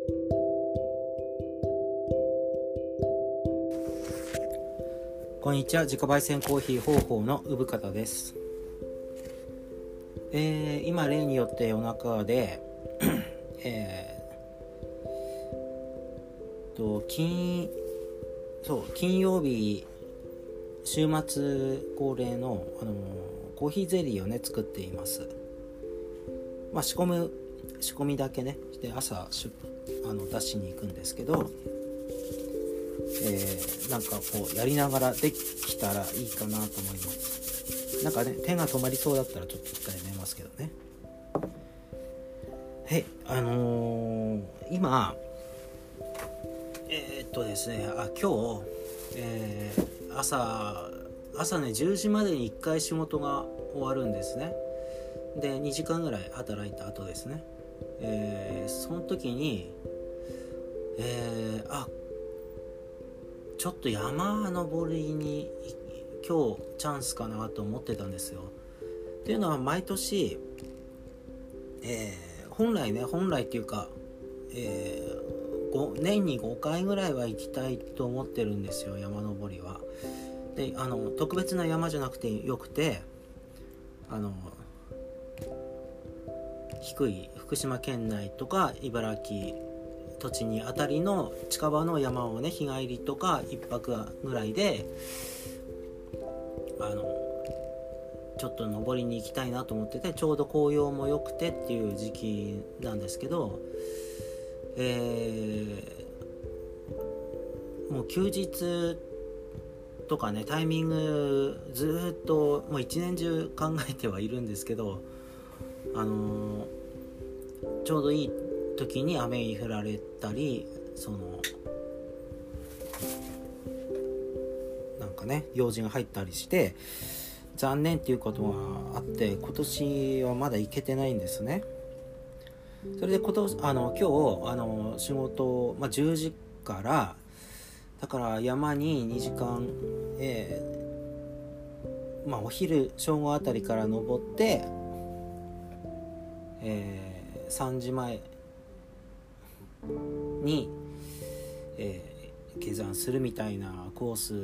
こんにちは。自家焙煎コーヒー方法の産方です。今例によって夜中で金曜日週末恒例の、コーヒーゼリーをね作っています。仕込みだけねで朝出しに行くんですけど、なんかこうやりながらできたらいいかなと思います。なんかね手が止まりそうだったらちょっと一回やめますけどね。はい、今ですね今日、朝ね10時までに1回仕事が終わるんですね。で2時間ぐらい働いた後ですね、その時に、ちょっと山登りに今日チャンスかなと思ってたんですよ。っていうのは毎年、本来っていうか、年に5回ぐらいは行きたいと思ってるんですよ、山登りは。で特別な山じゃなくてよくて低い福島県内とか茨城栃木あたりの近場の山をね日帰りとか1泊ぐらいでちょっと登りに行きたいなと思ってて、ちょうど紅葉も良くてっていう時期なんですけど、もう休日とかねタイミングずっともう一年中考えてはいるんですけど、ちょうどいい時に雨に降られたりなんかね用事が入ったりして残念っていうことがあって、今年はまだ行けてないんですね。それで今日仕事、10時からだから山に2時間、お昼正午あたりから登って、3時前に、下山するみたいなコース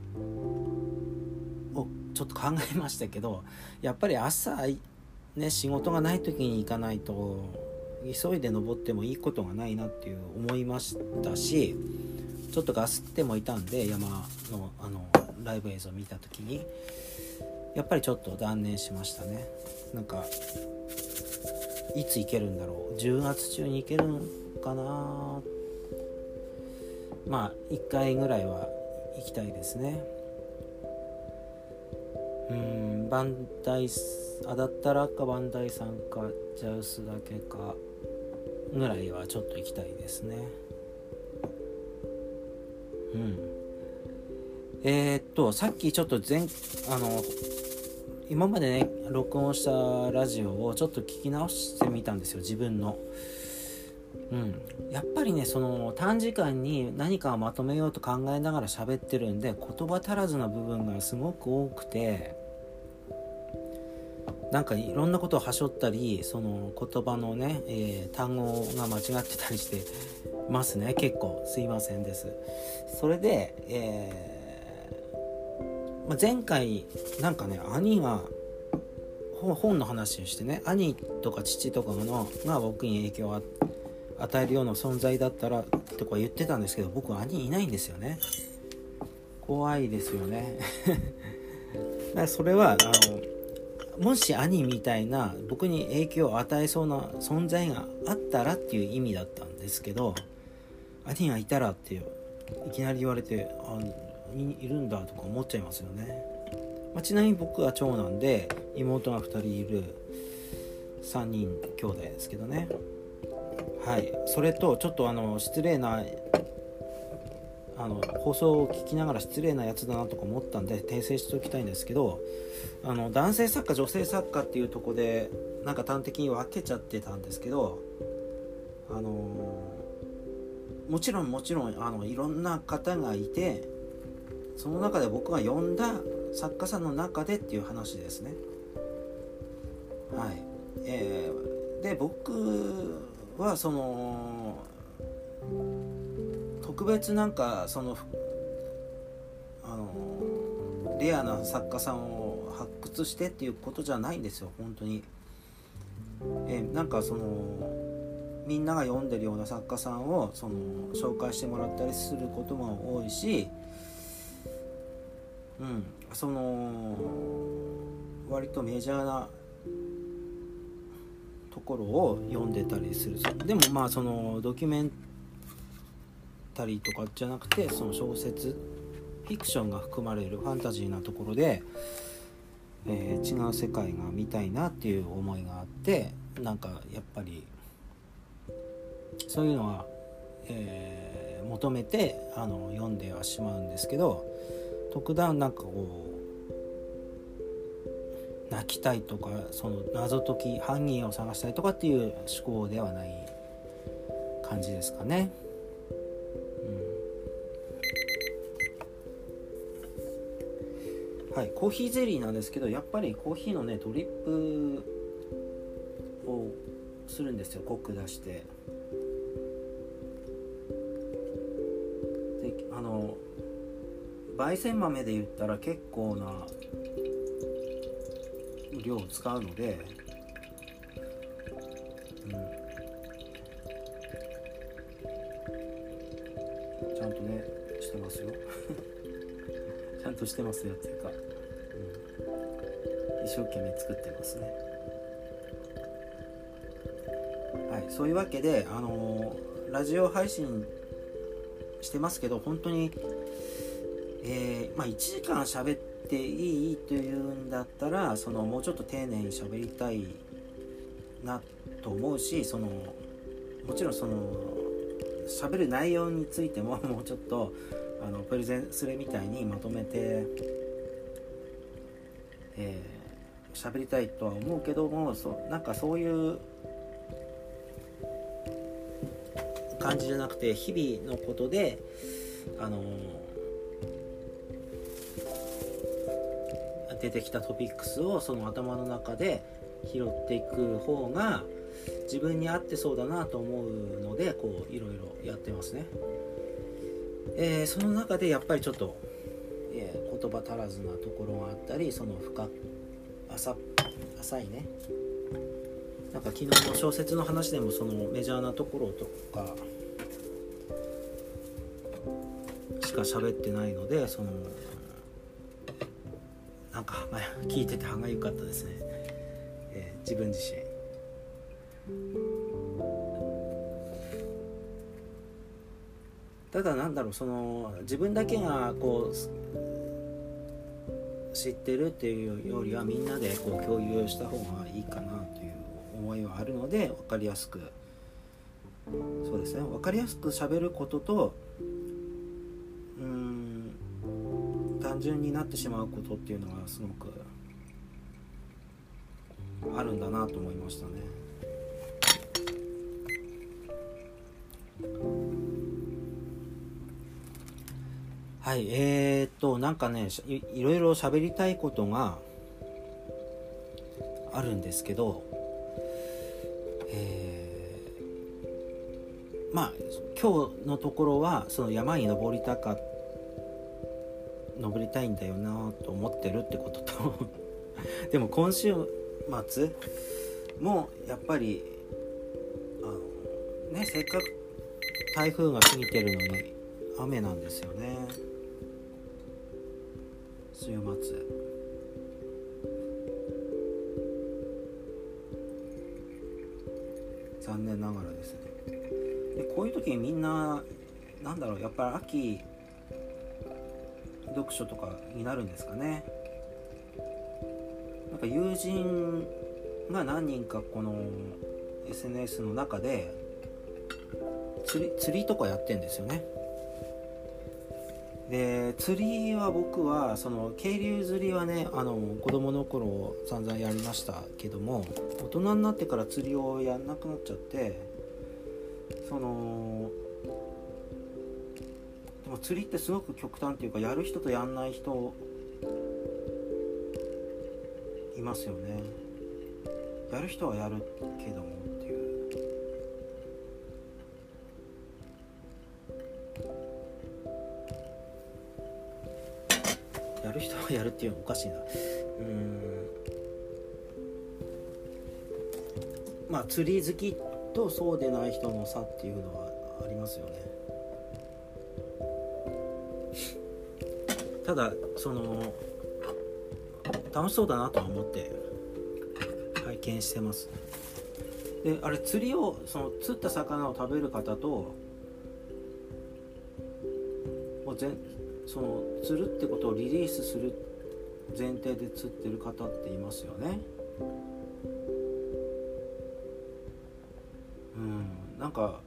をちょっと考えましたけど、やっぱり朝ね仕事がない時に行かないと急いで登ってもいいことがないなっていう思いましたし、ちょっとガスってもいたんで山のライブ映像を見た時にやっぱりちょっと断念しましたね。なんかいつ行けるんだろう、10月中に行けるのかな。1回ぐらいは行きたいですね。バンダイだったらかバンダイさんかジャウスだけかぐらいはちょっと行きたいですね。さっきちょっと今までね録音したラジオをちょっと聞き直してみたんですよ、自分の。やっぱりね短時間に何かをまとめようと考えながら喋ってるんで、言葉足らずな部分がすごく多くて、なんかいろんなことをはしょったり言葉のね、単語が間違ってたりしてますね。結構すいませんです。それで、前回なんかね兄が本の話をしてね、兄とか父とかが僕に影響を与えるような存在だったらとか言ってたんですけど、僕は兄いないんですよね。怖いですよねだからそれはもし兄みたいな僕に影響を与えそうな存在があったらっていう意味だったんですけど、兄がいたらっていきなり言われているんだとか思っちゃいますよね。ちなみに僕は長男で妹が2人いる3人兄弟ですけどね。はい、それとちょっと失礼な放送を聞きながら失礼なやつだなとか思ったんで訂正しておきたいんですけど、男性作家女性作家っていうところでなんか端的に分けちゃってたんですけど、もちろんいろんな方がいて、その中で僕が読んだ作家さんの中でっていう話ですね。はい。で僕は特別なんかそのレアな作家さんを発掘してっていうことじゃないんですよ本当に。なんかそのみんなが読んでるような作家さんをその紹介してもらったりすることも多いし、その割とメジャーなところを読んでたりする。でもまあそのドキュメンタリーとかじゃなくてその小説フィクションが含まれるファンタジーなところで、違う世界が見たいなっていう思いがあって、なんかやっぱりそういうのは、求めて読んではしまうんですけど、特段なんかこう泣きたいとかその謎解き犯人を探したいとかっていう思考ではない感じですかね。はい、コーヒーゼリーなんですけど、やっぱりコーヒーのねドリップをするんですよ、濃く出して。で焙煎豆で言ったら結構な量を使うので、ちゃんとねしてますよちゃんとしてますよっていうか、一生懸命作ってますね。はい、そういうわけでラジオ配信してますけど、本当に1時間喋っていいというんだったらもうちょっと丁寧に喋りたいなと思うし、もちろん喋る内容についてももうちょっとプレゼンするみたいにまとめて喋りたいとは思うけども、なんかそういう感じじゃなくて、日々のことで出てきたトピックスをその頭の中で拾っていく方が自分に合ってそうだなと思うので、こういろいろやってますね。その中でやっぱりちょっと、言葉足らずなところがあったり、浅いね、なんか昨日の小説の話でもそのメジャーなところとかしか喋ってないので、なんか聞いてて歯がゆかったですね、自分自身。ただなんだろう、自分だけがこう知ってるっていうよりはみんなでこう共有した方がいいかなという思いはあるので、分かりやすく喋ることと単純になってしまうことっていうのがすごくあるんだなと思いましたね。はい、なんかね、いろいろ喋りたいことがあるんですけど、今日のところはその山に登りたいんだよなと思ってるってこととでも今週末もやっぱりせっかく台風が過ぎてるのに雨なんですよね、週末。残念ながらですね。でこういう時にみんなやっぱり秋読書とかになるんですかね。なんか友人が何人かこの SNS の中で釣りとかやってんですよね。で釣りは僕は渓流釣りはね子供の頃散々やりましたけども、大人になってから釣りをやんなくなっちゃって、でも釣りってすごく極端っていうか、やる人とやんない人いますよね。やる人はやるけどもっていう。 やる人はやるっていうのはおかしいな。まあ釣り好きとそうでない人の差っていうのはありますよね。ただその楽しそうだなとは思って拝見してます。であれ釣りをその釣った魚を食べる方とその釣るってことをリリースする前提で釣ってる方っていますよね。なんか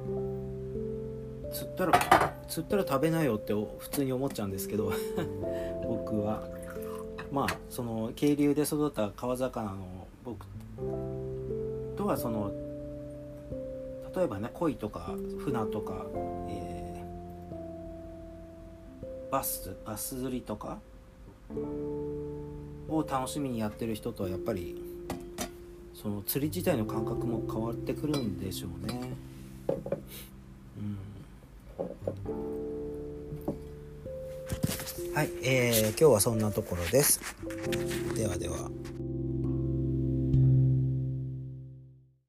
釣ったら食べなよって普通に思っちゃうんですけど僕はまあその渓流で育った川魚の僕とはその例えばね鯉とか船とか、バス釣りとかを楽しみにやってる人とはやっぱりその釣り自体の感覚も変わってくるんでしょうね。はい、今日はそんなところです。ではでは。